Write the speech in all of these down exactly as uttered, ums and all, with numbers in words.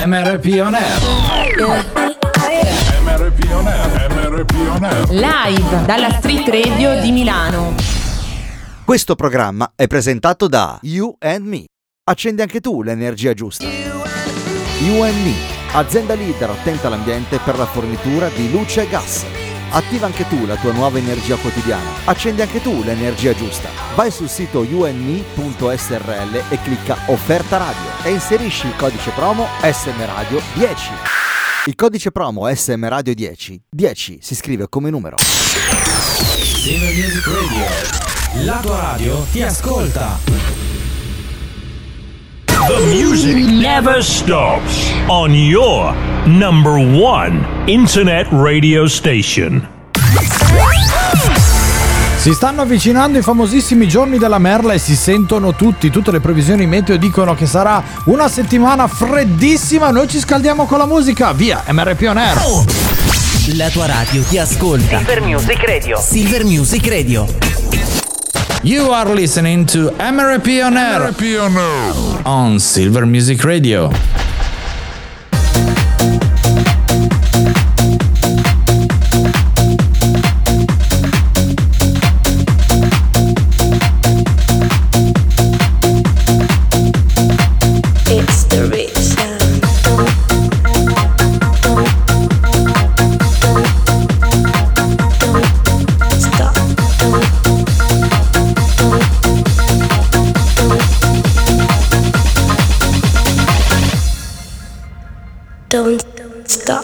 M R P On Air. M R P On Air, M R P On Air. Live dalla Street Radio di Milano. Questo programma è presentato da You and Me. Accendi anche tu l'energia giusta. You and Me, azienda leader attenta all'ambiente per la fornitura di luce e gas. Attiva anche tu la tua nuova energia quotidiana. Accendi anche tu l'energia giusta. Vai sul sito you and me punto s r l e clicca offerta radio e inserisci il codice promo S M Radio dieci. Il codice promo S M Radio dieci, dieci si scrive come numero. Silver Music Radio. La tua radio ti ascolta. The music never stops on your number one internet radio station. Si stanno avvicinando i famosissimi giorni della merla e si sentono tutti, tutte le previsioni meteo dicono che sarà una settimana freddissima. Noi ci scaldiamo con la musica, via M R P On Air. La tua radio ti ascolta. Silver Music Radio. Silver Music Radio. You are listening to M R P On Air, M R P On Air on Silver Music Radio. Don't stop.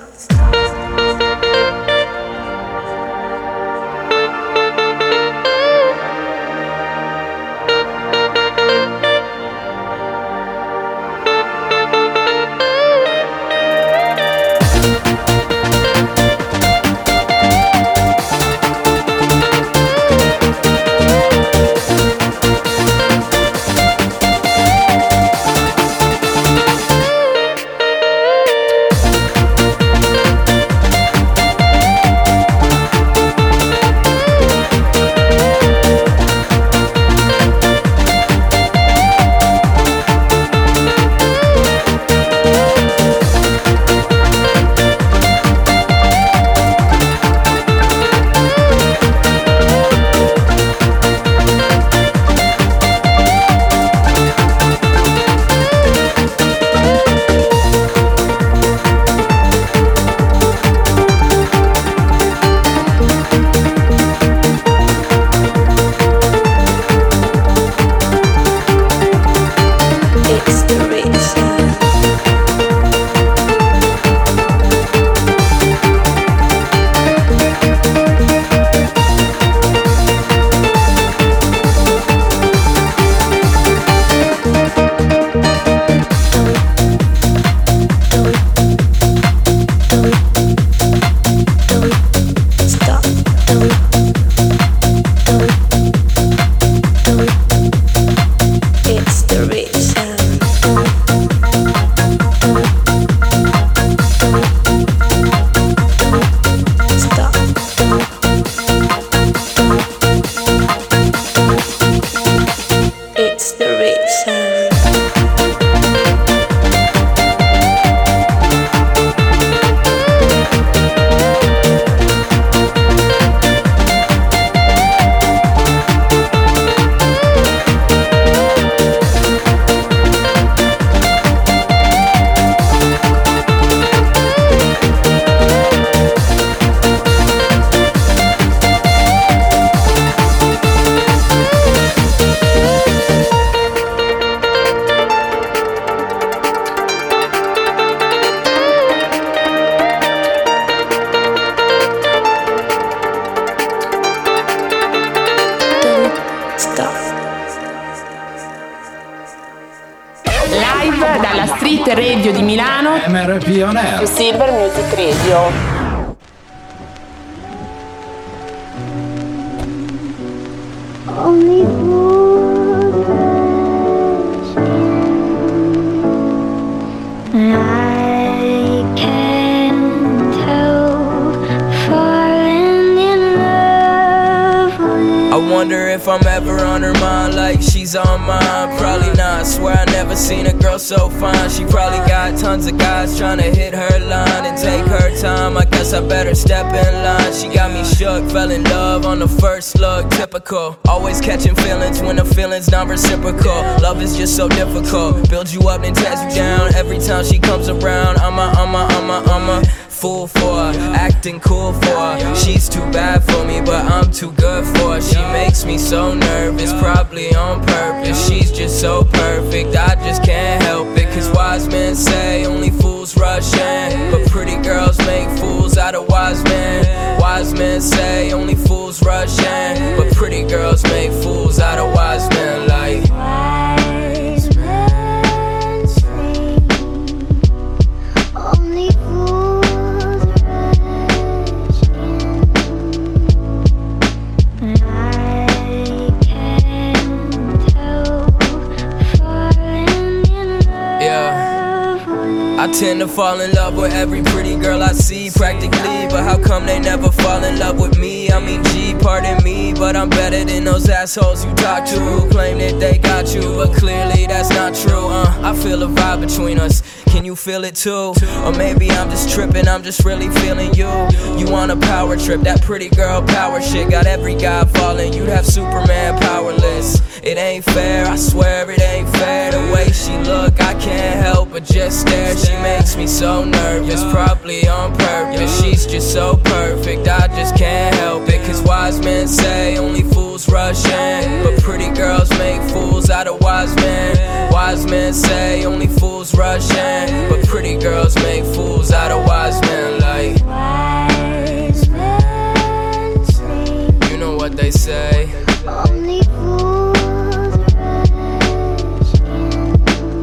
Street Radio di Milano, M R P On Air, Silver Music Radio. Only I can tell, falling in love with. I wonder if I'm ever on her mind like she's she's on mine. Probably not, swear I never seen a girl so fine. She probably got tons of guys trying to hit her line and take her time. I guess I better step in line. She got me shook, fell in love on the first look. Typical, always catching feelings when the feeling's not reciprocal. Love is just so difficult, builds you up and tears you down. Every time she comes around, I'm a, I'm a, I'm a, I'm a fool for her, acting cool for her. She's too bad for me, but I'm too good for her. She makes me so nervous, probably on purpose. She's just so perfect, I just can't help it. Cause wise men say only fools rush in, but pretty girls make fools out of wise men. Wise men say only fools rush in, but pretty girls make fools out of wise men. Like Wise men say only fools rush in, and I can tell, falling in love. Yeah, I tend to fall in love with every pretty girl I see practically, but how come they never fall in love with me? I mean, gee, pardon me, but I'm better than those assholes you talk to who claim that they got you, but clearly that's not true. uh, I feel a vibe between us, can you feel it too? Or maybe I'm just tripping, I'm just really feeling you. You want a power trip, that pretty girl power shit got every guy falling. You'd have Superman powerless. It ain't fair, I swear it ain't fair. The way she look, I can't help but just stare. She makes me so nervous, probably on purpose. She's just so perfect, I just can't help it. Cause wise men say only fools rush in, but pretty girls make fools out of wise men. Wise men say only fools rush in, but pretty girls make fools out of wise men. Like Wise men say you know what they say. only fools rush in,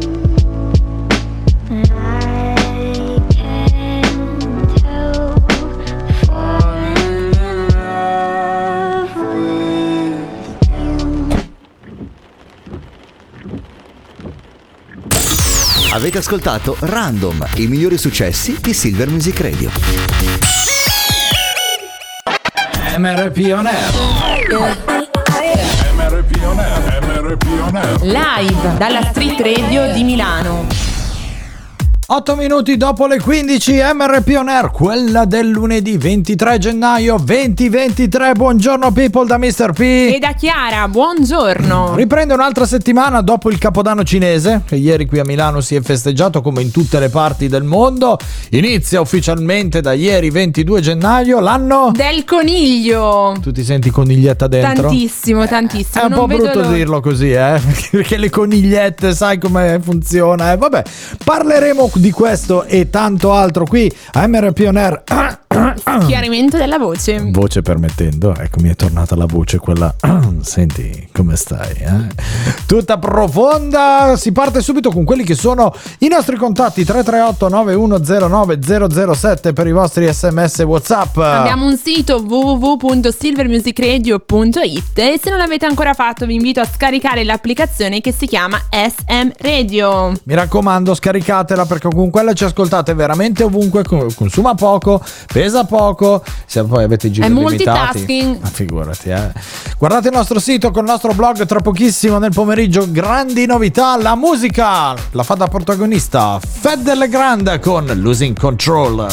and I can tell, falling in love with you. Avete ascoltato Random, i migliori successi di Silver Music Radio. M R P On Air. M R P On Air, M R P On Air. Live dalla Street Radio di Milano. otto minuti dopo le quindici, M R P On Air, quella del lunedì ventitré gennaio duemilaventitré. Buongiorno people da mister P E da Chiara, buongiorno. Riprende un'altra settimana dopo il Capodanno cinese, che ieri qui a Milano si è festeggiato come in tutte le parti del mondo. Inizia ufficialmente da ieri ventidue gennaio l'anno Del coniglio. Tu ti senti coniglietta dentro? Tantissimo, tantissimo. È un non po' vedo brutto l'ora. dirlo così, eh? Perché le conigliette, sai come funziona, eh? Vabbè, parleremo di questo e tanto altro qui a M R P On Air. Chiarimento della voce. Voce permettendo, ecco, mi è tornata la voce quella. Senti, come stai? Eh? Tutta profonda. Si parte subito con quelli che sono i nostri contatti: tre tre otto nove uno zero nove zero zero sette per i vostri sms e WhatsApp. Abbiamo un sito w w w punto silver music radio punto i t e se non l'avete ancora fatto vi invito a scaricare l'applicazione che si chiama S M Radio. Mi raccomando, scaricatela, perché con quella ci ascoltate veramente ovunque, consuma poco, pesa poco, se poi avete i giri È limitati. multitasking. Ma figurati, eh. Guardate il nostro sito con il nostro blog, tra pochissimo nel pomeriggio grandi novità, la musica la fa da protagonista Fed Legrand con Losing Control.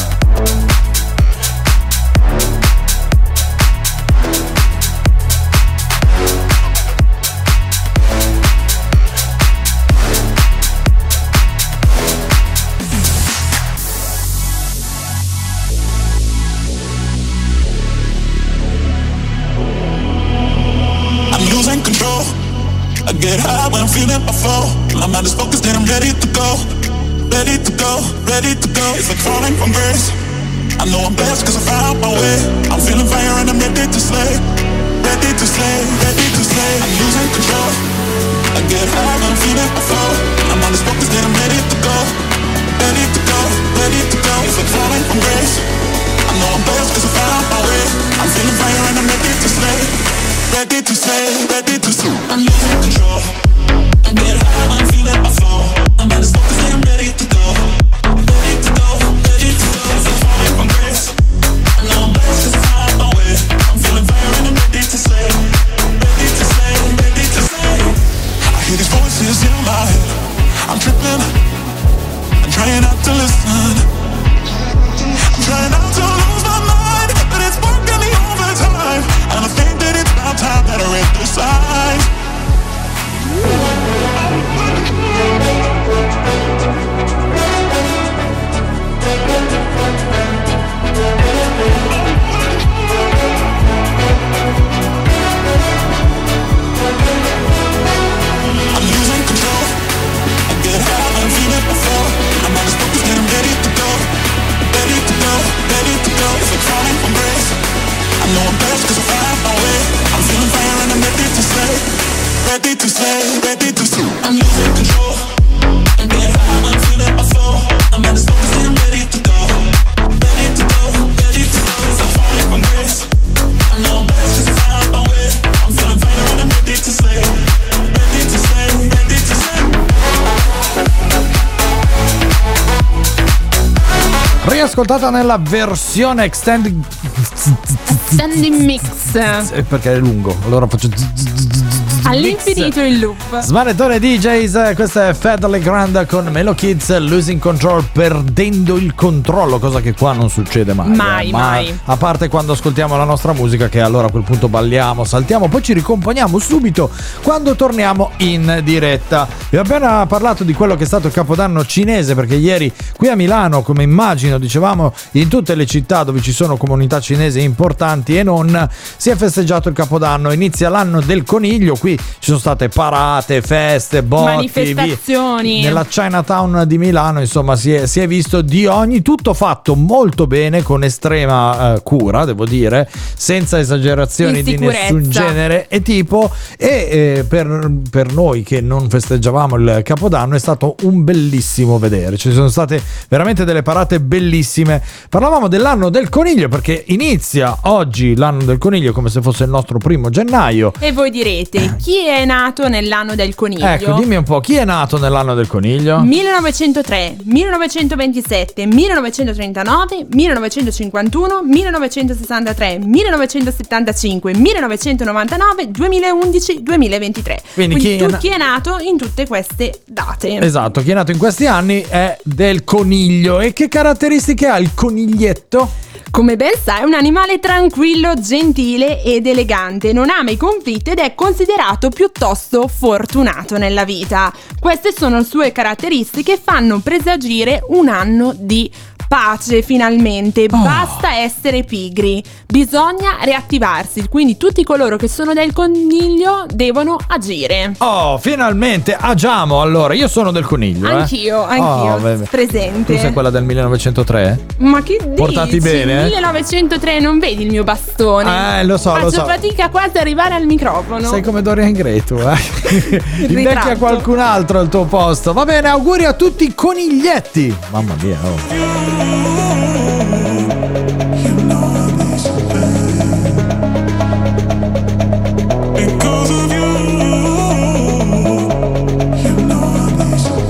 I get high when I'm feeling my flow. My mind is focused and I'm ready to go. Ready to go, ready to go. It's like falling from grace. I know I'm blessed cause I found my way. I'm feeling fire and I'm ready to slay. Ready to slay, ready to slay. I'm losing control. I get high when I'm feeling my flow. My mind is focused and I'm ready to go. Ready to go, ready to go. It's like falling from grace. I know I'm blessed cause I found my way. I'm feeling fire and I'm ready to slay. Ready to say, ready to say, I'm losing control. I get high, I'm feeling my flow. I'm at a spot cause I'm ready to go. Ready to go, ready to go. If I'm falling from grace, I know I'm blessed cause I found my way. I'm feeling fire and I'm ready to say, ready to say, ready to say. to listen. I'm trying not to lose my mind, but it's working me overtime. And I think that it's about time that I read the signs. I'm losing control. I get high, I'm feeling before. I'm not as focused and I'm ready to go. Ready to go, ready to go. It's like falling from grace. I know I'm blessed cause I found my way. I'm feeling fire and I'm ready to slay. Ready to slay, ready to slay. I'm losing control. I get high, I'm feeling before. I'm not as focused and I'm ready to go. Ready to go, ready to go. It's like falling from grace. I know I'm blessed cause I found my way. I'm feeling fire and I'm ready to slay. Ready to slay, ready to slay. Riascoltata nella versione extended Standing mix. perché è lungo, allora faccio All'infinito in loop. Smanettone D Js, questa è Federally Grand con Melo Kids, Losing Control, perdendo il controllo, cosa che qua non succede mai. Mai, eh, mai. A parte quando ascoltiamo la nostra musica, che allora a quel punto balliamo, saltiamo, poi ci ricomponiamo subito quando torniamo in diretta. Vi ho appena parlato di quello che è stato il Capodanno cinese, perché ieri qui a Milano, come immagino, dicevamo, in tutte le città dove ci sono comunità cinesi importanti e non, si è festeggiato il Capodanno. Inizia l'anno del coniglio, qui ci sono state parate, feste, botti, manifestazioni. vi- nella Chinatown di Milano, insomma, si è, si è visto di ogni, tutto fatto molto bene, con estrema eh, cura, devo dire, senza esagerazioni In di sicurezza. nessun genere e tipo, e eh, per, per noi che non festeggiavamo il Capodanno è stato un bellissimo vedere, ci sono state veramente delle parate bellissime. Parlavamo dell'anno del coniglio perché inizia oggi l'anno del coniglio come se fosse il nostro primo gennaio. E voi direte, chi è nato nell'anno del coniglio? Ecco, dimmi un po', chi è nato nell'anno del coniglio? millenovecentotre, millenovecentoventisette, millenovecentotrentanove, millenovecentocinquantuno, millenovecentosessantatré, millenovecentosettantacinque, millenovecentonovantanove, duemilaundici, duemilaventitré. Quindi Quindi, chi è tu na- chi è nato in tutte queste date. Esatto, chi è nato in questi anni è del coniglio. E che caratteristiche ha il coniglietto? Come ben sai, è un animale tranquillo, gentile ed elegante, non ama i conflitti ed è considerato piuttosto fortunato nella vita. Queste sono sue caratteristiche che fanno presagire un anno di pace finalmente. Oh. Basta essere pigri, bisogna riattivarsi, quindi tutti coloro che sono del coniglio devono agire. Oh, finalmente agiamo. Allora, io sono del coniglio. eh. Anch'io, anch'io, Oh, beh, presente. Tu sei quella del millenovecentotre? Ma che dici? Portati bene, eh? millenovecentotre, non vedi il mio bastone? Eh, lo so, Faccio lo so. fatica quasi ad arrivare al microfono. Sei come Dorian Gray tu, eh? Invecchia ritratto. qualcun altro al tuo posto. Va bene, auguri a tutti i coniglietti. Mamma mia, oh. Because of you, you know I need some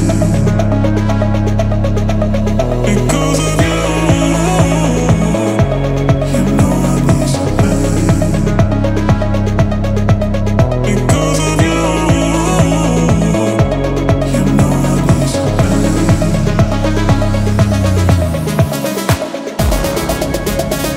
because of you, you know I need some because of you, you know I need some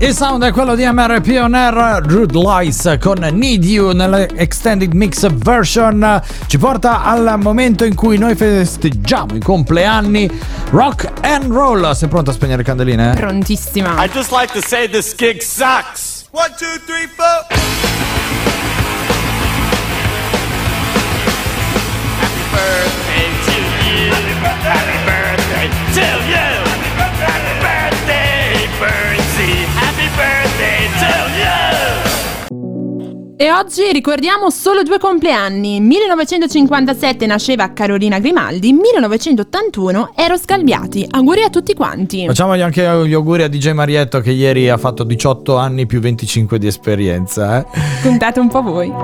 Il sound è quello di M R P On Air. Rude Lies con Need You nella Extended Mix Version ci porta al momento in cui noi festeggiamo i compleanni. Rock and roll. Sei pronta a spegnere le candeline? Prontissima. I just like to say this gig sucks. One, two, three, four. Happy birthday to you. Happy birthday to you. Happy birthday, Birdsey. Happy birthday to you. E oggi ricordiamo solo due compleanni. millenovecentocinquantasette nasceva Carolina Grimaldi, millenovecentottantuno Eros Galbiati. Auguri a tutti quanti. Facciamogli anche gli auguri a D J Marietto che ieri ha fatto diciotto anni più venticinque di esperienza. Eh? Contate un po' voi.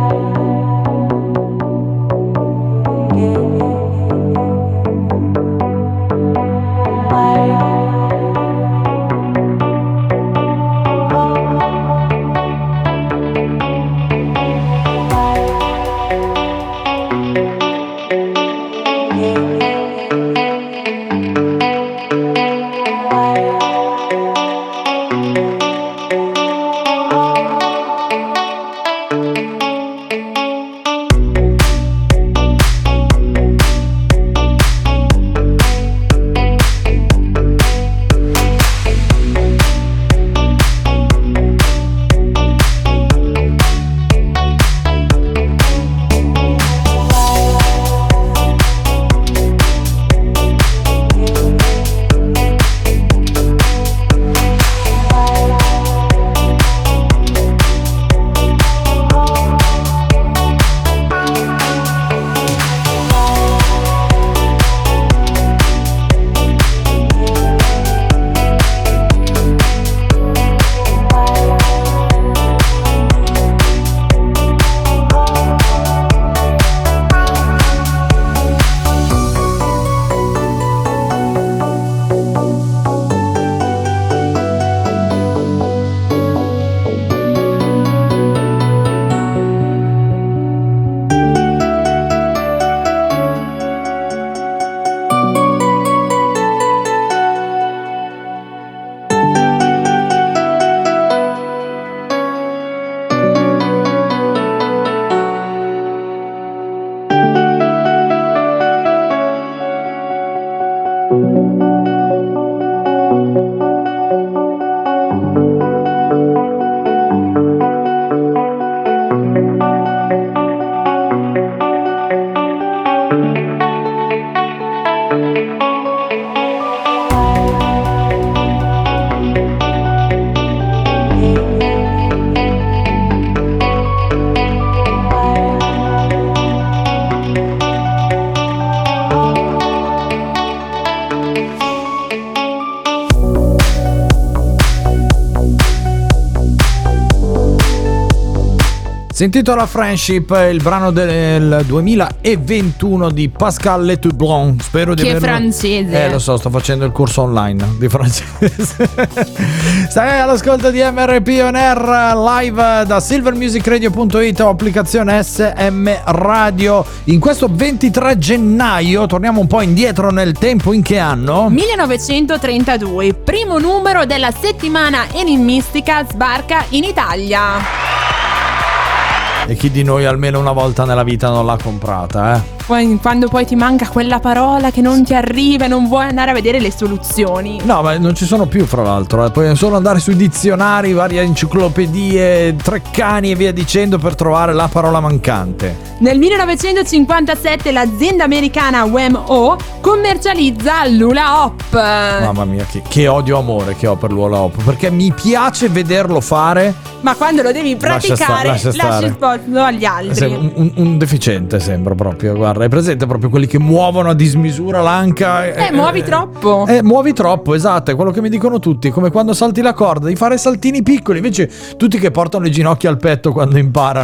Si intitola Friendship, il brano del duemilaventuno di Pascal Letoublon. Spero di che averlo... francese. Eh, lo so, sto facendo il corso online di francese. Stai all'ascolto di M R P On Air live da silver music radio punto it o applicazione S M Radio. In questo ventitré gennaio torniamo un po' indietro nel tempo. In che anno? millenovecentotrentadue, primo numero della settimana enigmistica sbarca in Italia. E chi di noi almeno una volta nella vita non l'ha comprata, eh? Quando poi ti manca quella parola che non ti arriva e non vuoi andare a vedere le soluzioni. No, ma non ci sono più, fra l'altro, eh. Puoi solo andare sui dizionari, varie enciclopedie, Treccani e via dicendo per trovare la parola mancante. Nel millenovecentocinquantasette l'azienda americana Wham-O commercializza l'Hula Hoop. Mamma mia, che, che odio amore che ho per l'Hula Hoop, perché mi piace vederlo fare. Ma quando lo devi praticare, lascia sta, lascia lasci il posto agli altri. Un, un, un deficiente sembra proprio, guarda. Hai presente proprio quelli che muovono a dismisura l'anca? Eh, eh muovi eh, troppo. Eh, muovi troppo, esatto, è quello che mi dicono tutti. Come quando salti la corda, di fare saltini piccoli. Invece tutti che portano le ginocchia al petto quando imparano.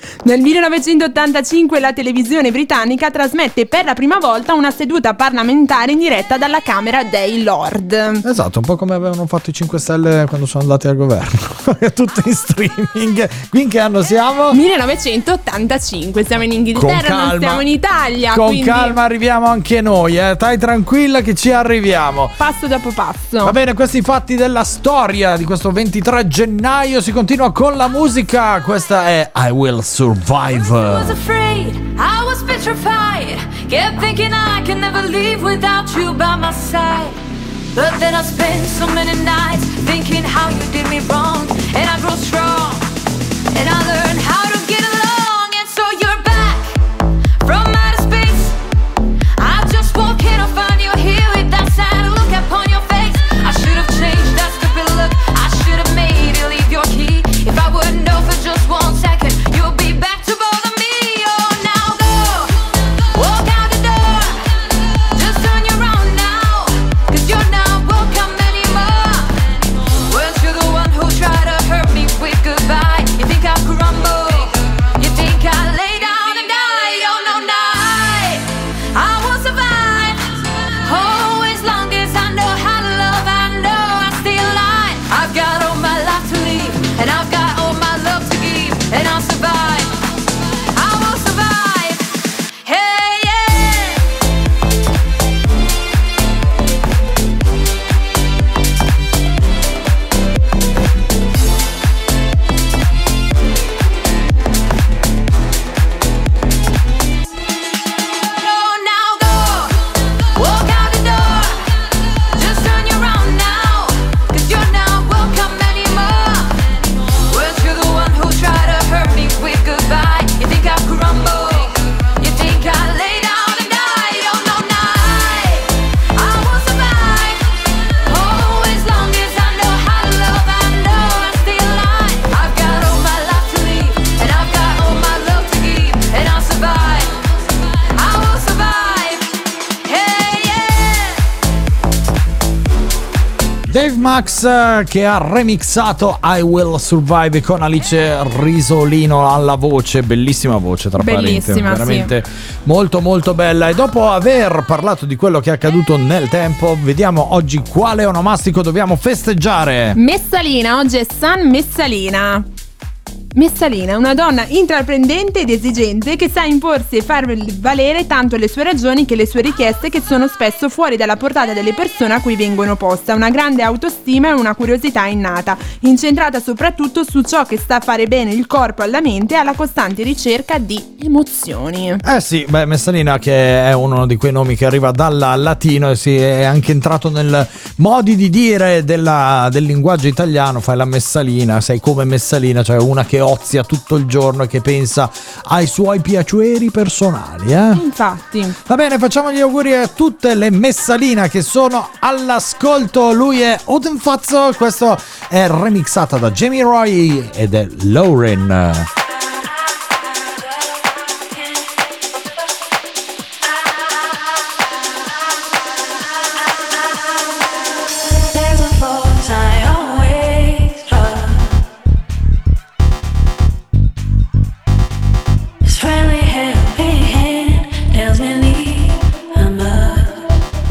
Nel millenovecentottantacinque la televisione britannica trasmette per la prima volta una seduta parlamentare in diretta dalla Camera dei Lord. Esatto, un po' come avevano fatto i cinque Stelle quando sono andati al governo. Tutto in streaming. Qui in che anno siamo? millenovecentottantacinque, siamo in Inghilterra, non siamo in Italia. Con quindi... calma arriviamo anche noi, eh. Stai tranquilla che ci arriviamo. Passo dopo passo. Va bene, questi fatti della storia di questo ventitré gennaio. Si continua con la musica. Questa è I Will Survive. I was afraid, I was petrified. Kept thinking I can never leave without you by my side. But then I spent so many nights thinking how you did me wrong. And I grew strong, and I learned how to get along. And so you're back from outer space. I just walk in, I find you here with that sad look upon your face. I should have changed that stupid look. I should have made you leave your key. If I would know for just one second, you'll be back to bother me. Oh, now go, walk out the door. Just turn you around now, 'cause you're not welcome anymore. Weren't you the one who tried to hurt me with goodbye? You think I'll crumble? You think I'll lay down and die? Oh, no, no, I, I will survive. Oh, as long as I know how to love, I know I'll stay alive. I've got all my life to live, and I've got all my love to give, and I'll survive. I will survive. Hey, yeah. Oh, now go, walk out the door. Just turn you around now, 'cause you're not welcome anymore. Weren't you the one who tried to hurt me with goodbye? You think I'll crumble? You think I'll lay down and die? Oh, no, no, I, I will survive. Oh, as long as I know how to love, I know I'll stay alive. I've got all my life to live, and I've got all my love to give, and I'll survive. I will survive. Hey, yeah. Dave Max eh, che ha remixato I Will Survive con Alice Risolino alla voce, bellissima voce tra parentesi, Bellissima, veramente molto molto bella. E dopo aver parlato di quello che è accaduto nel tempo, vediamo oggi quale onomastico dobbiamo festeggiare. Messalina, oggi è San Messalina. Messalina, una donna intraprendente ed esigente che sa imporsi e far valere tanto le sue ragioni che le sue richieste, che sono spesso fuori dalla portata delle persone a cui vengono poste. Una grande autostima e una curiosità innata, incentrata soprattutto su ciò che sta a fare bene il corpo alla mente e alla costante ricerca di emozioni. Eh sì, beh, Messalina che è uno di quei nomi che arriva dal latino e si è anche entrato nel modi di dire della, del linguaggio italiano. Fai la messalina, sei come Messalina, cioè una che ozia tutto il giorno e che pensa ai suoi piaceri personali, eh? Infatti. Va bene, facciamo gli auguri a tutte le Messalina che sono all'ascolto. Lui è Odenfazzo, questo è remixata da Jamie Roy ed è Lauren. There's a force I always trust. This friendly helping hand tells me leave I must.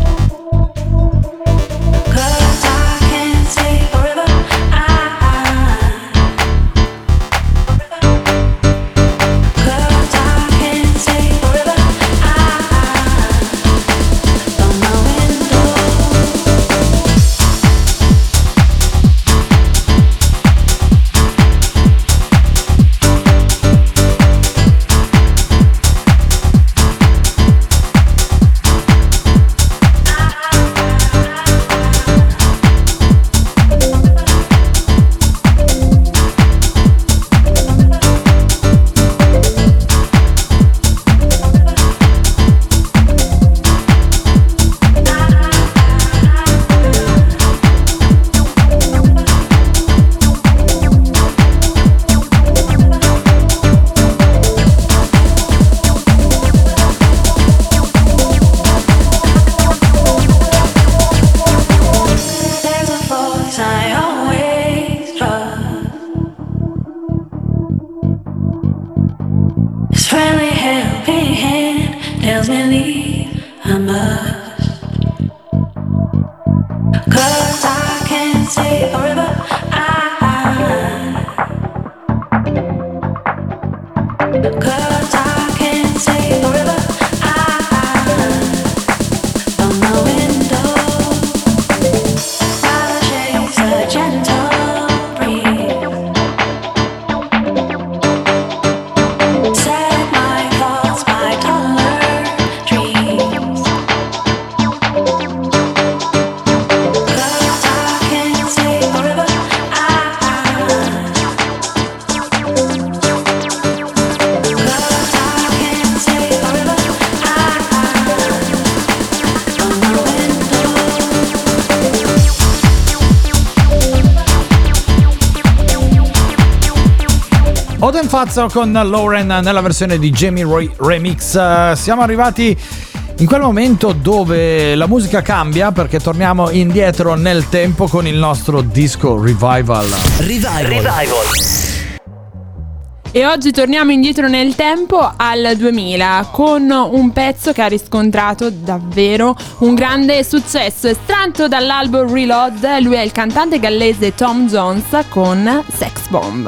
'Cause I can't stay forever. I 'Cause I can't see a river. Cause I can't see a river. From the window, while the shades a gentle breeze. Set my thoughts by taller trees. Cause I can't see a river. Oden Fazzo con Lauren nella versione di Jamie Roy Remix. Uh, siamo arrivati in quel momento dove la musica cambia, perché torniamo indietro nel tempo con il nostro disco Revival. Revival. Revival. E oggi torniamo indietro nel tempo al duemila con un pezzo che ha riscontrato davvero un grande successo. Estratto dall'album Reload, lui è il cantante gallese Tom Jones con Sex Bomb.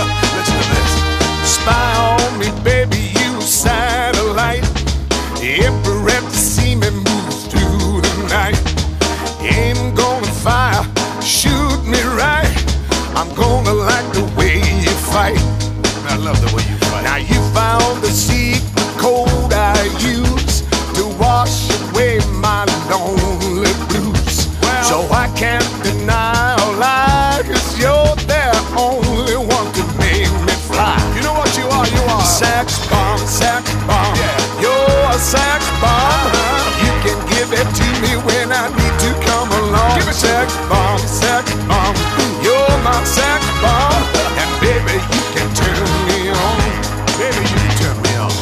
Spy on me, baby, you satellite. Infrared to see me move through the night. Aim gonna fire, shoot me right. I'm gonna like the way you fight. I love the way you fight. Now you found the secret code I use to wash away my lonely blues. Well, so I can't deny or lie, 'cause you're the only one to make me fly. You know what you are, you are sex bomb, sex bomb. Yeah. You're a sex bomb. Uh-huh. You can give it to me when I need to come along. Give it sex bomb, sex bomb. You're my sex bomb. And baby, you can turn me on. Baby, you can turn me on.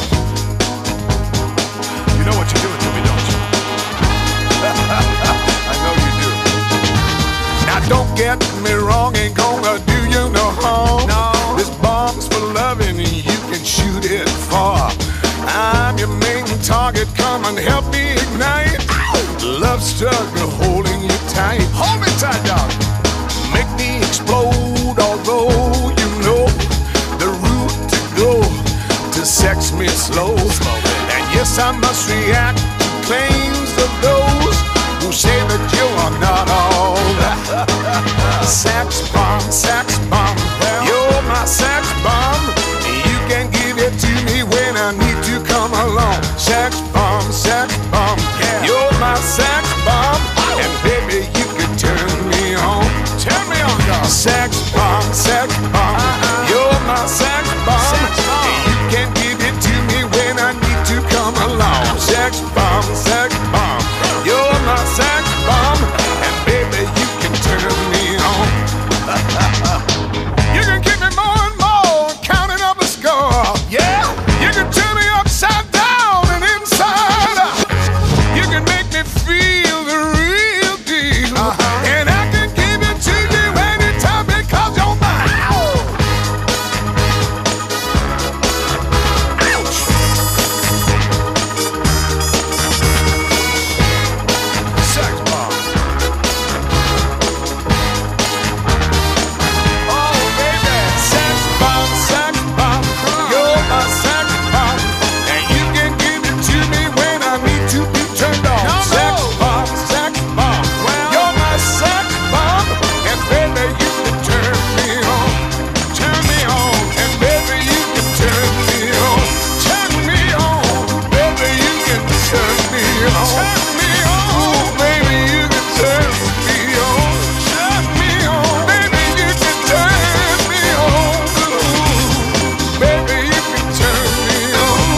You know what you're doing to me, don't you? I know you do. Now don't get me wrong, ain't gonna do you no harm. No. This bomb's for loving and you can shoot it far. I'm your main target, come and help me ignite. Love struggle holding you tight. Hold me tight, dog. Make me explode, although you know the route to go to sex me slow. And yes, I must react to claims of those who say that you are not all that. Sex bomb, sex bomb, you're my sex bomb. You can give it to me when I need to come along. Sex bomb, sex bomb, you're my sex bomb. And baby, you can turn me on. Turn me on, dog. Sex bomb, sex bomb, you're my sex bomb. You can give it to me when I need to come along. Sex bomb, sex bomb, you're my sex bomb. And baby, you can turn me on. You can give me more and more, counting up a score. Yeah, you can turn me upside down and inside out. You can make me feel the real deal. Uh-huh. And I can give it to you anytime because you're mine. Ouch. Sex bomb. Oh baby, sex bomb, sex bomb. You're my sex bomb, and you can give it to me when I need to be turned on. No, sex no. bomb, sex bomb. Well, you're my sex bomb, and baby you can turn me on, turn me on, and baby you can turn me on, turn me on, baby you can turn me on, turn me on, ooh, baby you can turn me on, turn me on, baby you can turn me on, ooh, baby you can turn me on,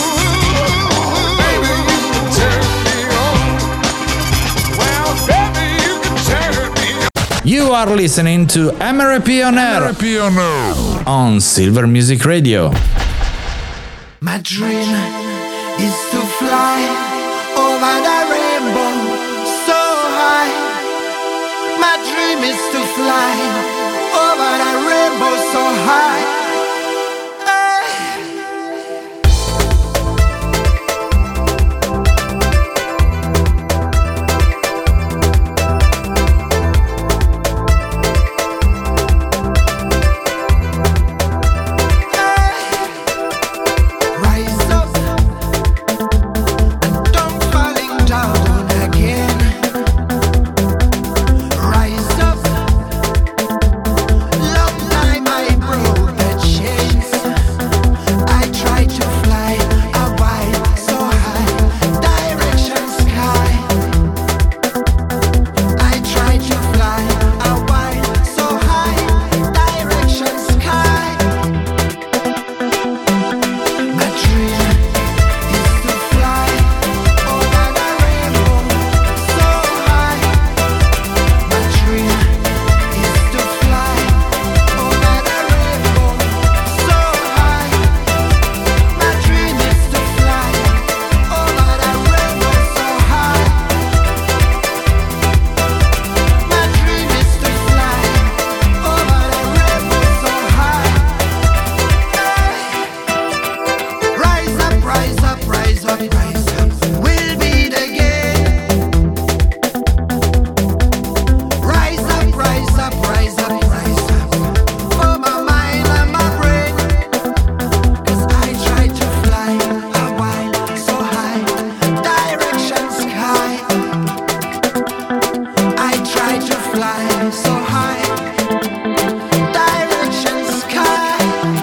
baby you can turn me on, well baby you can turn me on. You are listening to M R P on Air on Silver Music Radio. My dream is to fly over the rainbow so high. My dream is to fly over the rainbow so high. fly to fly so high, direction sky.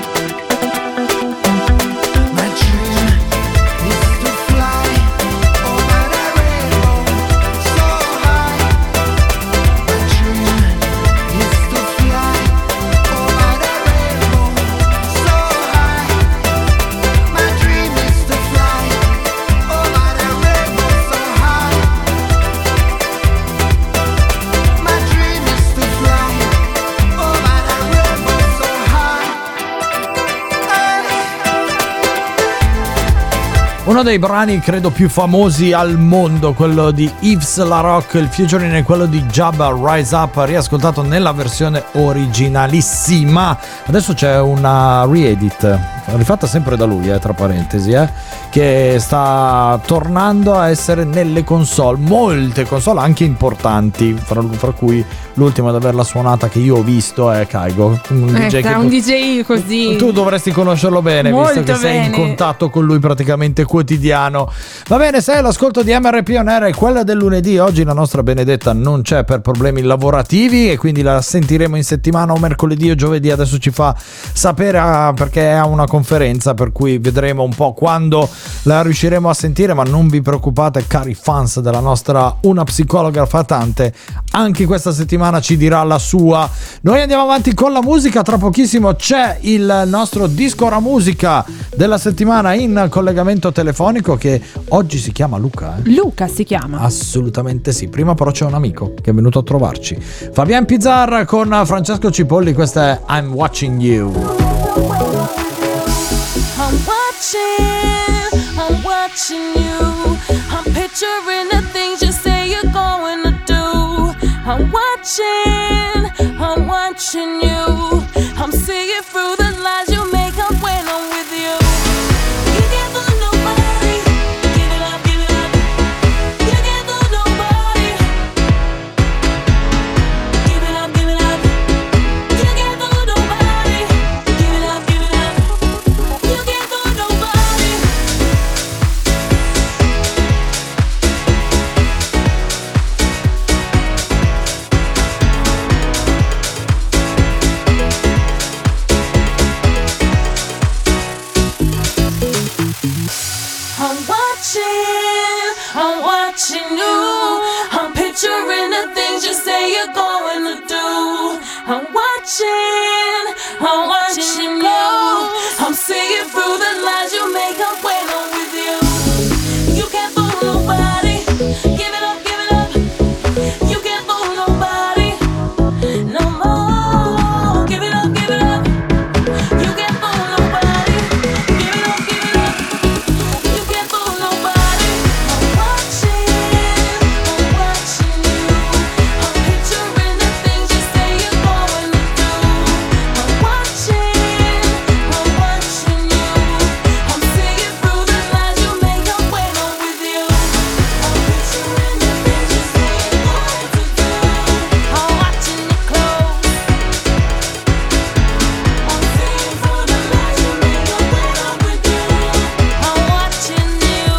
My dream is to fly over the rainbow so high. My dream is to fly over the rainbow so high. My dream is to fly over the rainbow so high. My dream is to fly over the rainbow so high. Uno dei brani credo più famosi al mondo, quello di Yves Larock, il featuring è quello di Jabba, Rise Up, riascoltato nella versione originalissima. Adesso c'è una re-edit, rifatta sempre da lui, eh, tra parentesi, eh, che sta tornando a essere nelle console, molte console anche importanti, fra, fra cui l'ultima ad averla suonata che io ho visto è Kygo, un D J Ecco, che un D J così. tu dovresti conoscerlo bene, Molto visto che sei in bene. contatto con lui praticamente quotidiano. Va bene, sei all'ascolto di M R P On Air, è quella del lunedì. Oggi la nostra Benedetta non c'è per problemi lavorativi e quindi la sentiremo in settimana o mercoledì o giovedì. Adesso ci fa sapere, ah, perché ha una conferenza, per cui vedremo un po' quando la riusciremo a sentire, ma non vi preoccupate cari fans della nostra Una Psicologa Fatante, anche questa settimana ci dirà la sua. Noi andiamo avanti con la musica, tra pochissimo c'è il nostro disco ora musica della settimana in collegamento telefonico, che oggi si chiama Luca, eh? Luca si chiama. Assolutamente sì. Prima però c'è un amico che è venuto a trovarci, Fabian Pizzar con Francesco Cipolli. Questa è I'm Watching You. I'm watching, I'm watching you. I'm picturing the things you say you're going to do. I'm watching, I'm watching you. I'm seeing through the lies you make up when I'm with you. You can't fool nobody. Give it up, give it up. You can't fool nobody. Give it up, give it up. You can't fool nobody. Give it up, give it up. You can't fool nobody. I'm watching, I'm watching you. I'm picturing the things you say you're going to do. I'm watching, I'm watching you. I'm seeing through the lies you make up when I'm with you. You can't fool nobody. Give it up, give it up. You can't fool nobody. No more. Give it up, give it up. You can't fool nobody. Give it up, give it up. You can't fool nobody. I'm watching, I'm watching you. I'm picturing the things you say you're going to do. I'm watching, I'm watching you. I'm seeing through the lies you make up when I'm with you. I'm picturing the things you say you're going to do. I'm watching you close. I'm seeing through the lies you make up when I'm with you. I'm watching you.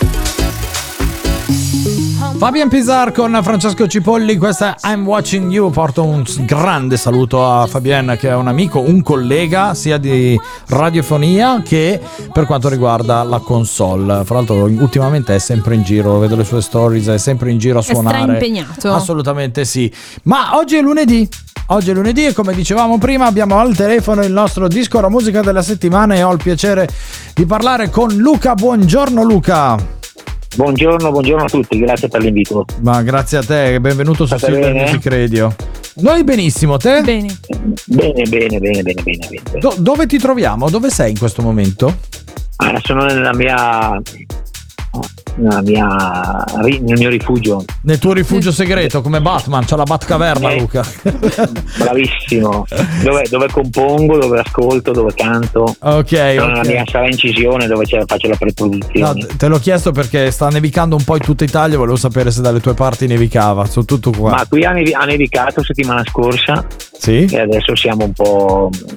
Fabian Pizzar con Francesco Cipolli, questa è I'm Watching You. Porto un grande saluto a Fabian, che è un amico, un collega sia di radiofonia che per quanto riguarda la console. Fra l'altro ultimamente è sempre in giro, vedo le sue stories, è sempre in giro a È suonare. straimpegnato. Assolutamente sì. Ma oggi è lunedì. Oggi è lunedì e come dicevamo prima abbiamo al telefono il nostro disco la musica della settimana e ho il piacere di parlare con Luca. Buongiorno Luca. Buongiorno, buongiorno a tutti, grazie per l'invito. Ma grazie a te, benvenuto su State Silver bene? Music Radio. Noi benissimo, te? Bene. Bene, bene, bene, bene, bene. bene. Do- dove ti troviamo? Dove sei in questo momento? Ah, sono nella mia, nella mia, nel mio rifugio. Nel tuo rifugio segreto, come Batman, c'ha la Batcaverna, Eh. Luca. Bravissimo. Dove, dove compongo, dove ascolto, dove canto. Ok, Sono nella ok. mia sala incisione dove c'è- faccio la preproduzione. No, te l'ho chiesto perché sta nevicando un po' in tutta Italia, volevo sapere se dalle tue parti nevicava, soprattutto qua. Ma qui ha, nevi- ha nevicato settimana scorsa. Sì? E adesso siamo un po'.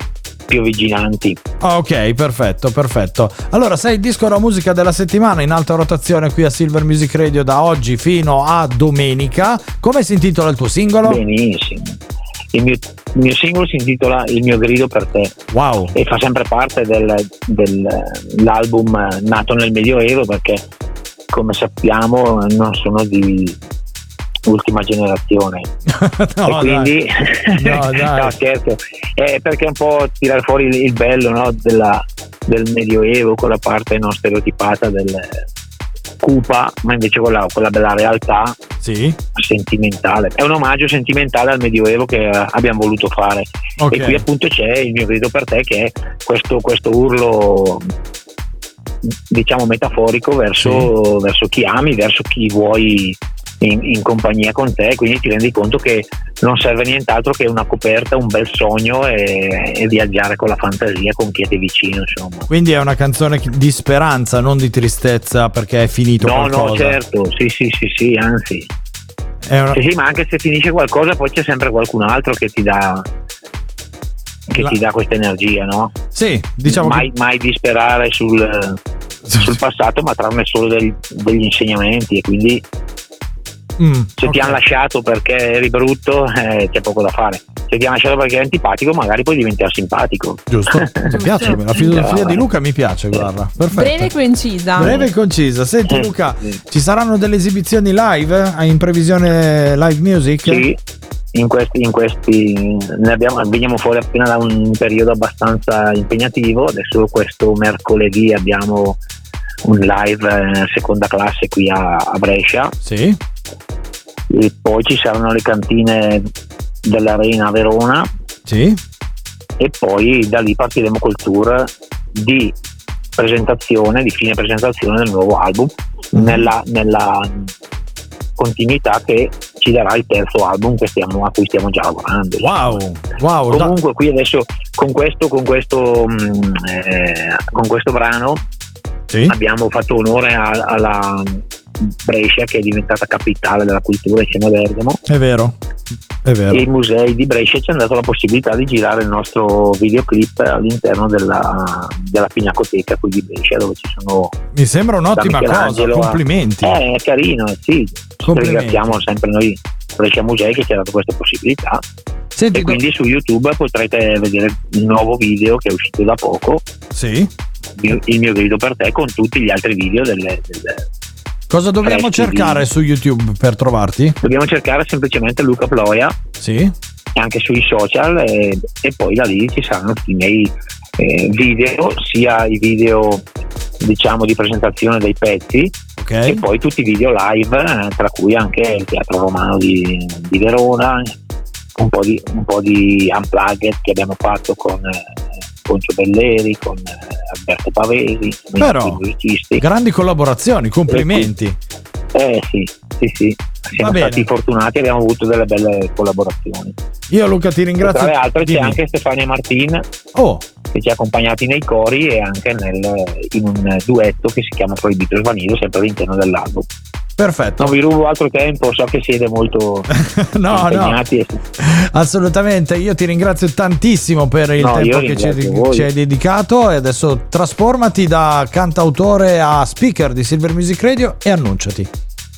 piovigginanti. Ok, perfetto, perfetto. Allora, sei il disco della musica della settimana in alta rotazione qui a Silver Music Radio da oggi fino a domenica. Come si intitola il tuo singolo? Benissimo. Il mio, il mio singolo si intitola Il mio grido per te. Wow. E fa sempre parte del, dell'album nato nel Medioevo, perché come sappiamo non sono di ultima generazione. No, e quindi no, dai. no, scherzo, è perché un po' tirare fuori il, il bello, no, della, del Medioevo, con la parte non stereotipata del cupa, ma invece con la, con la bella realtà, sì, sentimentale. È un omaggio sentimentale al Medioevo che eh, abbiamo voluto fare. Okay. E qui appunto c'è Il mio grido per te, che è questo, questo urlo, diciamo metaforico, verso, sì, verso chi ami, verso chi vuoi in, in compagnia con te, quindi ti rendi conto che non serve nient'altro che una coperta, un bel sogno e, e viaggiare con la fantasia con chi è vicino, insomma. Quindi è una canzone di speranza, non di tristezza perché è finito no, qualcosa. No, certo, sì, sì, sì, sì, anzi. È una... sì, sì, ma anche se finisce qualcosa poi c'è sempre qualcun altro che ti dà che la... ti dà questa energia, no? Sì, diciamo mai, che... mai disperare sul, sul passato, ma trarne solo del, degli insegnamenti, e quindi Mm, se okay. ti hanno lasciato perché eri brutto, eh, c'è poco da fare. Se ti hanno lasciato perché eri antipatico, magari puoi diventare simpatico. Giusto, mi piace, la filosofia di Luca mi piace, guarda. Perfetto. Breve e concisa. Breve e concisa. Senti Luca, ci saranno delle esibizioni live in previsione live music? Sì, in questi, in questi ne abbiamo, veniamo fuori appena da un periodo abbastanza impegnativo. Adesso questo mercoledì abbiamo un live eh, seconda classe qui a, a Brescia. Sì. E poi ci saranno le cantine dell'Arena a Verona. Sì. E poi da lì partiremo col tour di presentazione, di fine presentazione del nuovo album, mm. nella, nella continuità che ci darà il terzo album che stiamo, a cui stiamo già lavorando. Wow, wow. Comunque qui adesso con questo con questo mh, eh, con questo brano, sì, abbiamo fatto onore a, alla Brescia, che è diventata capitale della cultura insieme a Bergamo. È vero, è vero. E i musei di Brescia ci hanno dato la possibilità di girare il nostro videoclip all'interno della, della Pinacoteca qui di Brescia, dove ci sono. Mi sembra un'ottima cosa, complimenti. A, eh, è carino, sì. Ringraziamo sempre noi Brescia Musei che ci ha dato questa possibilità. Senti, e quindi do... su YouTube potrete vedere il nuovo video che è uscito da poco. Sì. Il mio grido per te, con tutti gli altri video delle, delle cosa dobbiamo cercare su YouTube per trovarti? Dobbiamo cercare semplicemente Luca Ploia. Sì. Anche sui social, e, e poi da lì ci saranno tutti i miei eh, video, sia i video diciamo di presentazione dei pezzi, okay, e poi tutti i video live, eh, tra cui anche il Teatro Romano di, di Verona, un po' di, un po' di unplugged che abbiamo fatto con eh, Poncio Belleri, con eh, Alberto Pavesi, però grandi collaborazioni, complimenti. Eh sì, sì, sì, siamo stati fortunati, abbiamo avuto delle belle collaborazioni. Io Luca ti ringrazio. E tra le altre Dimmi. C'è anche Stefania Martin, oh, che ci ha accompagnati nei cori e anche nel, in un duetto che si chiama Proibito Svanilo, sempre all'interno dell'album. Perfetto. Non vi rubo altro tempo, so che siete molto no, impegnati. No. Assolutamente, io ti ringrazio tantissimo per il no, tempo che ci hai, ci hai dedicato, e adesso trasformati da cantautore a speaker di Silver Music Radio e annunciati.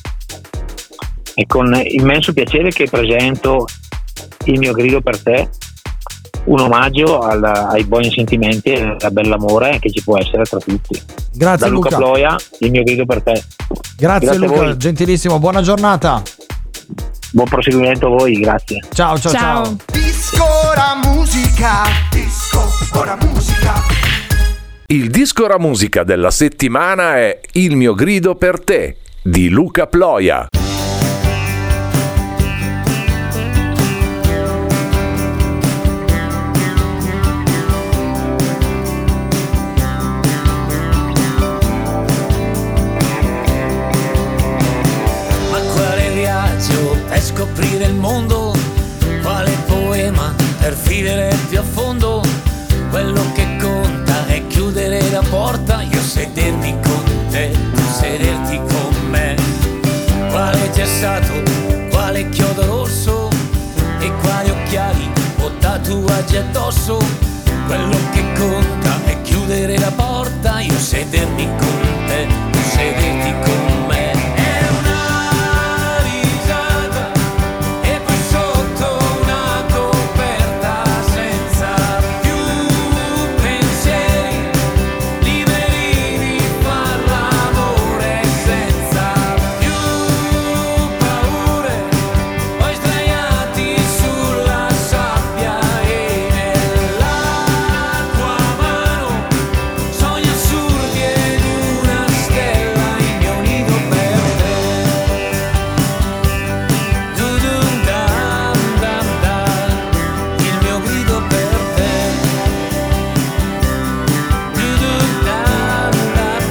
È con immenso piacere che presento Il mio grido per te, un omaggio al, ai buoni sentimenti e al bell'amore che ci può essere tra tutti. Grazie da Luca, Luca Ploia, Il mio grido per te. Grazie, grazie Luca, gentilissimo, buona giornata. Buon proseguimento a voi, grazie. Ciao ciao ciao. ciao. Disco ora musica, disco ora musica. Il disco ora musica della settimana è Il mio grido per te di Luca Ploia. Scoprire il mondo, quale poema per vivere più a fondo. Quello che conta è chiudere la porta, io sedermi con te, tu sederti con me. Quale gessato, quale chiodo rosso e quali occhiali o tatuaggi addosso. quello che conta è chiudere la porta, io sedermi con te, tu sederti con me. È una risata e poi sotto una coperta senza più pensieri, liberi di far l'amore senza più paure, poi sdraiati sulla sabbia e nella tua mano sogni assurdi ed una stella, il mio nido per te. Du-dum dam dam dam, il mio grido per te. Du-dum dam dam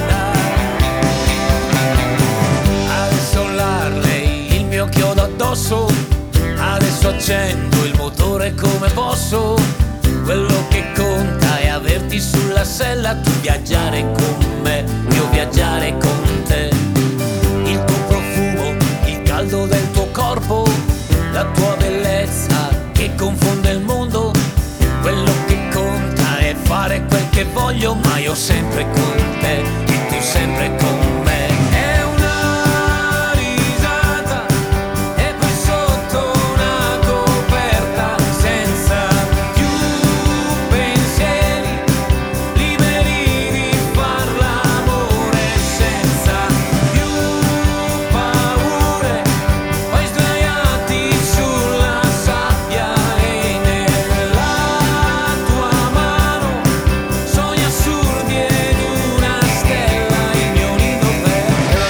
dam. Adesso l'Harley, il mio chiodo addosso, adesso accendo il motore come posso. Quello che conta è averti sulla sella, tu viaggiare con me, io viaggiare con te. Il tuo profumo, il caldo del tuo corpo, la tua bellezza che confonde il mondo. Quello che conta è fare quel che voglio, ma io sempre con te e tu sempre con me. È una risata e poi sotto una coperta senza più pensieri, liberi di far l'amore senza più paure, poi sdraiati sulla sabbia e nella tua mano sogni assurdi ed una stella, il mio nido per te.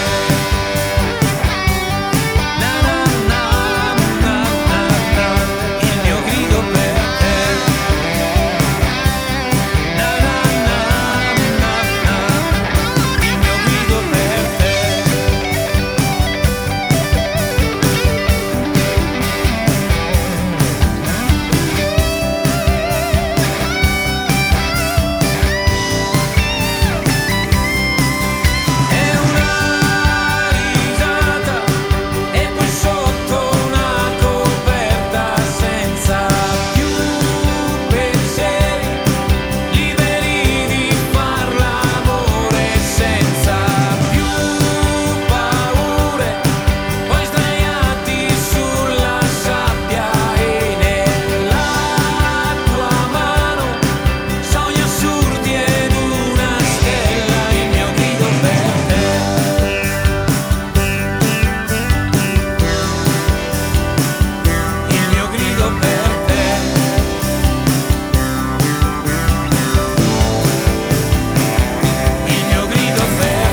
Na na na na na na, il mio grido per te. Na na na na na, il mio grido per te. È una risata e poi sotto una coperta senza più pensieri, liberi di far l'amore senza più paure, poi sdraiati sulla sabbia e nella tua mano sogni assurdi ed una stella, il mio grido per te. Il mio grido per te. Il mio grido per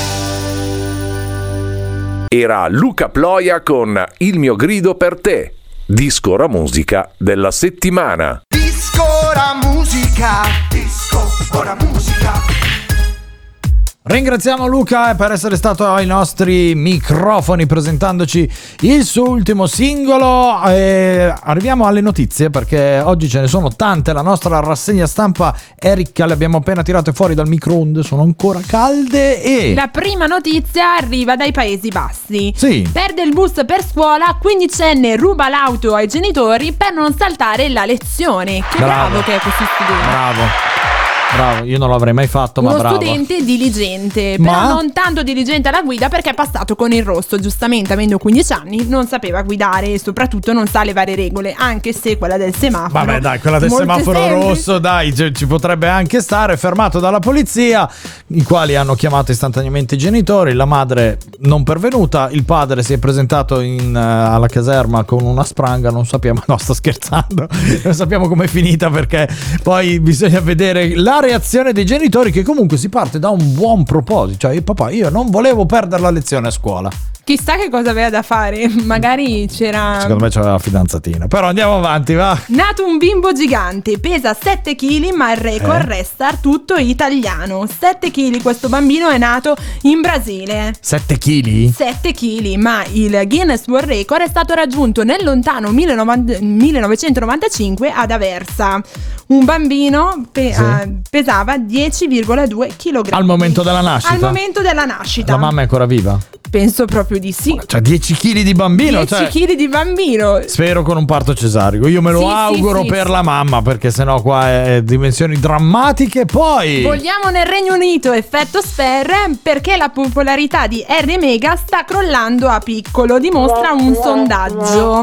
te. Era Luca Ploia con Il mio grido per te, disco ora musica della settimana. Disco ora musica, disco ora musica. Ringraziamo Luca per essere stato ai nostri microfoni presentandoci il suo ultimo singolo. E arriviamo alle notizie perché oggi ce ne sono tante. La nostra rassegna stampa è ricca, le abbiamo appena tirate fuori dal microonde, sono ancora calde. E La prima notizia arriva dai Paesi Bassi. Sì. Perde il bus per scuola, quindicenne ruba l'auto ai genitori per non saltare la lezione. Che bravo, Bravo. che è questo studente. bravo, bravo, io non l'avrei mai fatto, ma Uno bravo. studente diligente, Ma- però non tanto diligente alla guida perché è passato con il rosso. Giustamente, avendo quindici anni, non sapeva guidare e soprattutto non sa le varie regole, anche se quella del semaforo. Vabbè dai, quella del molte semaforo semplici. rosso, dai, ci ci potrebbe anche stare. Fermato dalla polizia, i quali hanno chiamato istantaneamente i genitori. La madre non pervenuta, il padre si è presentato in, eh, alla caserma con una spranga. Non sappiamo, no, sto scherzando, non sappiamo com'è finita perché poi bisogna vedere la reazione dei genitori, che comunque si parte da un buon proposito. Cioè, papà, io non volevo perdere la lezione a scuola. Chissà che cosa aveva da fare. Magari c'era. Secondo me c'aveva la fidanzatina. Però andiamo avanti, va. Nato un bimbo gigante, pesa sette chili, ma il record Eh? resta tutto italiano. sette chili, questo bambino è nato in Brasile. sette chili? sette chili, ma il Guinness World Record è stato raggiunto nel lontano millenovecentonovantacinque ad Aversa. Un bambino pe- Sì. eh, pesava dieci virgola due chilogrammi. Al momento della nascita? Al momento della nascita. La mamma è ancora viva? Penso proprio di sì. Cioè dieci chili di bambino, dieci cioè, chili di bambino. spero con un parto cesarico. Io me lo Sì, auguro sì, sì, per sì. la mamma, perché sennò qua è dimensioni drammatiche. Poi Vogliamo nel Regno Unito effetto Sper, perché la popolarità di Harry e Meghan sta crollando a piccolo, dimostra un sondaggio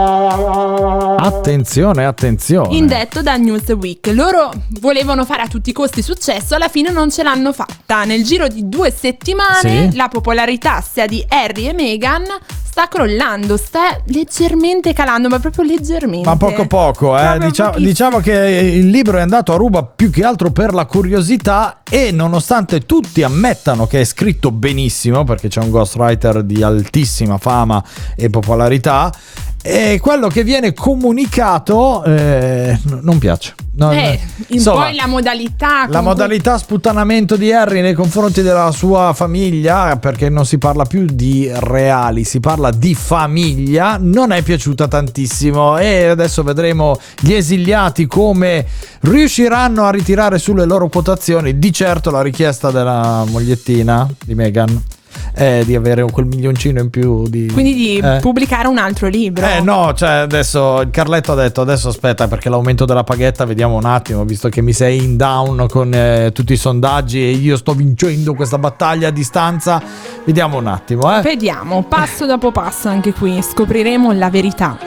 attenzione, attenzione. indetto da Newsweek. Loro volevano fare a tutti i costi successo, alla fine non ce l'hanno fatta. Nel giro di due settimane Sì. la popolarità sia di Harry e Meghan sta crollando, sta leggermente calando, ma proprio leggermente. Ma poco poco, eh. Proprio Diciamo, pochissimo. diciamo che il libro è andato a ruba più che altro per la curiosità, e nonostante tutti ammettano che è scritto benissimo, perché c'è un ghostwriter di altissima fama e popolarità, e quello che viene comunicato eh, n- non piace. Non- Eh, insomma, poi la modalità la con cui- modalità sputtanamento di Harry nei confronti della sua famiglia, perché non si parla più di reali, si parla di famiglia, non è piaciuta tantissimo, e adesso vedremo gli esiliati come riusciranno a ritirare sulle loro quotazioni. Di certo la richiesta della mogliettina di Meghan è di avere quel milioncino in più di, quindi di eh. pubblicare un altro libro. Eh no, cioè adesso il Carletto ha detto adesso aspetta, perché l'aumento della paghetta vediamo un attimo, visto che mi sei in down con eh, tutti i sondaggi e io sto vincendo questa battaglia a distanza, vediamo un attimo, eh. Vediamo, passo dopo passo anche qui scopriremo la verità.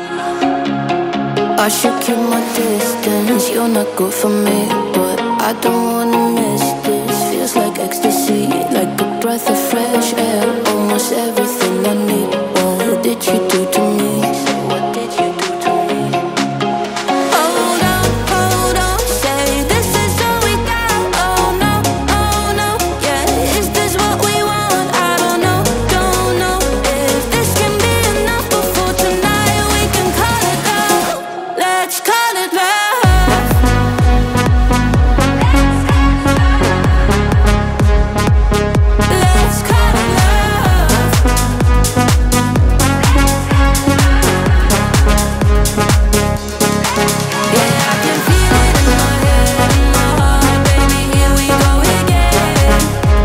I should keep my distance, you're not good for me, but I don't wanna miss this. Feels like ecstasy, like a breath of fresh air, almost everything I need. What did you do to me? What did you do to me? Hold on, hold on, say this is all we got. Oh no, oh no, yeah, is this what we want? I don't know, don't know if this can be enough before tonight we can call it love. Let's call it love. Let's call it love. Yeah, I can feel it in my head, in my heart, baby. Here we go again.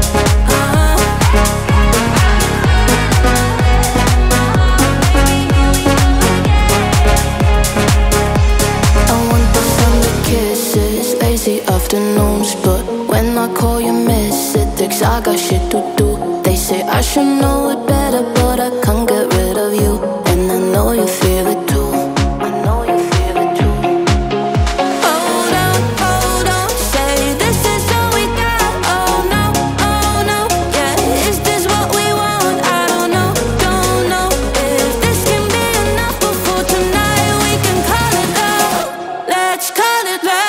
I want the summer kisses, lazy afternoons, but when I call you miss it, thinks I got shit to do. They say I should know it better, but I can't get rid of you, and I know you feel it too. I know you feel it too. Hold on, hold on, say this is all we got. Oh no, oh no, yeah, is this what we want? I don't know, don't know if this can be enough before tonight we can call it love. Let's call it love.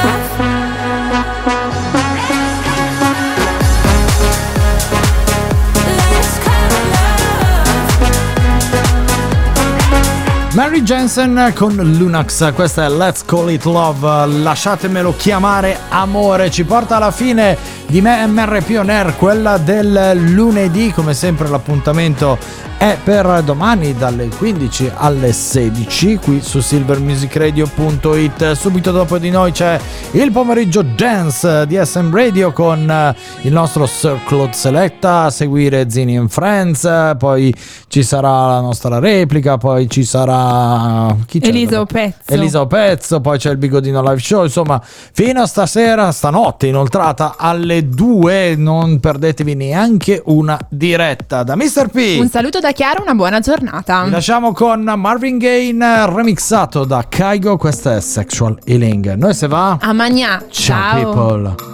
Mary Jensen con Lunax, questa è Let's Call It Love, lasciatemelo chiamare amore, ci porta alla fine di M R P On Air, quella del lunedì. Come sempre l'appuntamento è per domani dalle quindici alle sedici qui su silver music radio punto it. Subito dopo di noi c'è il pomeriggio dance di S M Radio con il nostro Sir Claude Selecta, a seguire Zini and Friends, poi ci sarà la nostra replica, poi ci sarà chi c'è? Elisa Opezzo. Elisa Opezzo, poi c'è il Bigodino Live Show, insomma fino a stasera, stanotte inoltrata alle due, non perdetevi neanche una diretta. Da mister P Un saluto da Chiara, una buona giornata. vi lasciamo con Marvin Gaye remixato da Kygo, questa è Sexual Healing. Noi se va A magnà. ciao, Ciao. people.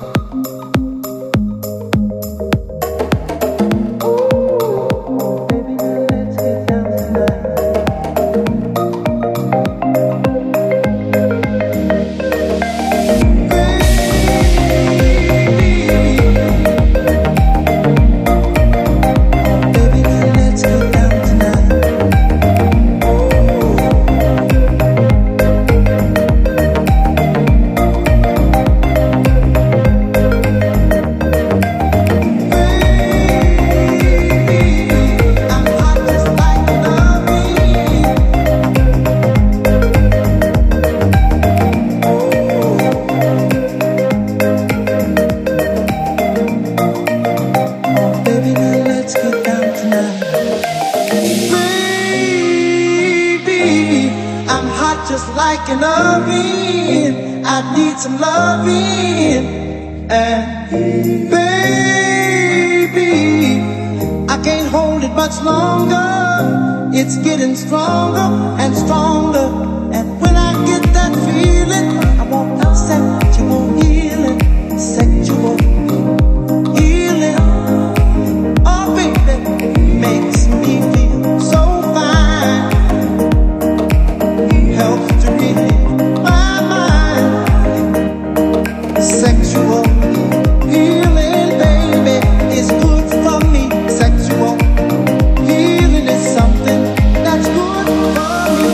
hot just like an oven. I need some loving. And baby, I can't hold it much longer. It's getting stronger and stronger. And when I get that feeling, I want sexual healing, sexual healing. Oh baby, makes me feel so fine. Helps to relieve my mind. Sexual healing, baby, is good for me. Sexual healing is something that's good for me.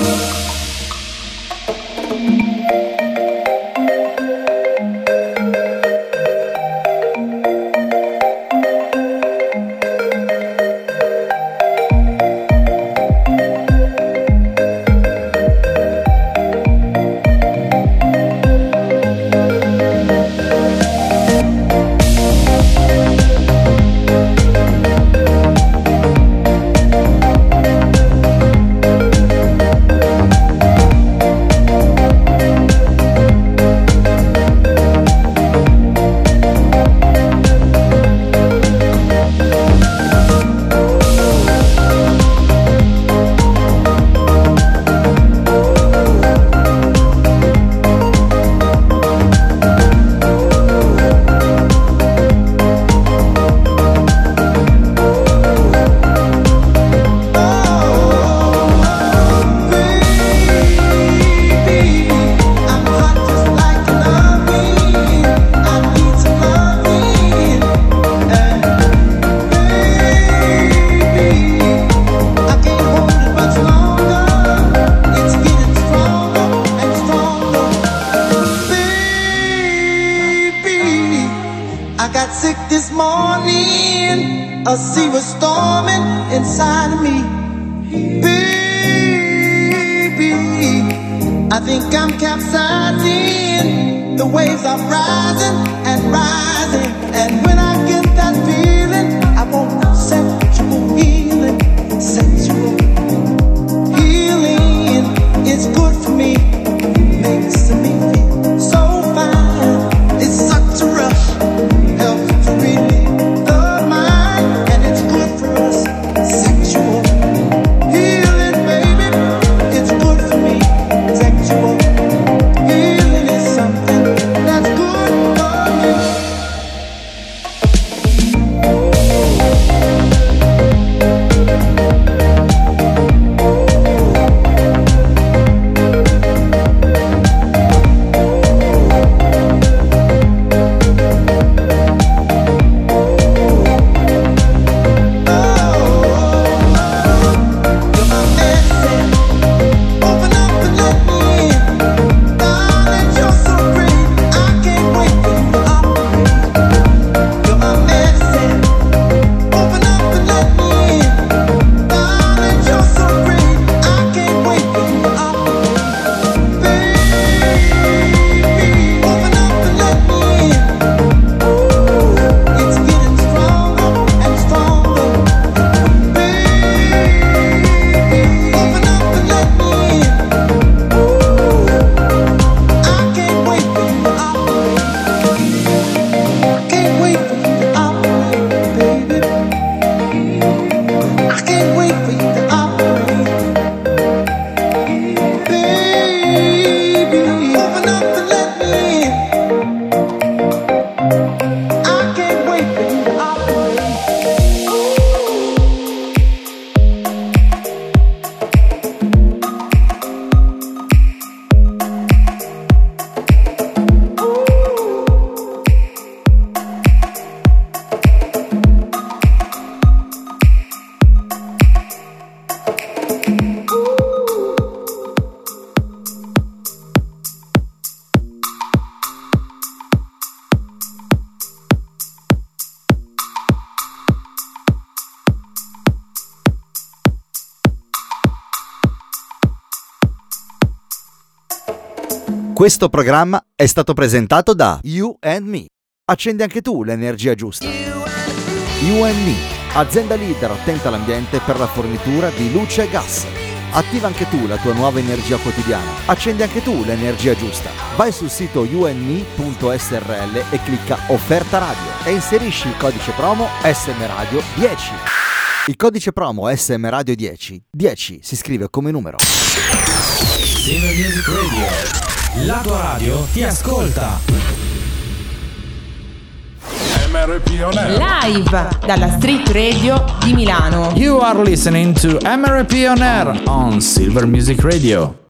I got sick this morning. A sea was storming inside of me. Baby, I think I'm capsizing. The waves are rising and rising. And when I get that feeling, I want sexual healing. Sexual healing is good for me. Makes me feel so fine. It's such a rush. Helps to relieve the mind. And it's good for us. Sexual healing, baby. It's good for me. Sexual healing is something that's good for me. Questo programma è stato presentato da You and Me. Accendi anche tu l'energia giusta. You and Me, azienda leader attenta all'ambiente per la fornitura di luce e gas. Attiva anche tu la tua nuova energia quotidiana. Accendi anche tu l'energia giusta. Vai sul sito u n m punto s r l e clicca Offerta Radio e inserisci il codice promo S M Radio dieci. Il codice promo S M Radio dieci, dieci si scrive come numero. Silver Music Radio, la tua radio ti ascolta. M R P On Air. Live dalla Street Radio di Milano. You are listening to M R P On Air on Silver Music Radio.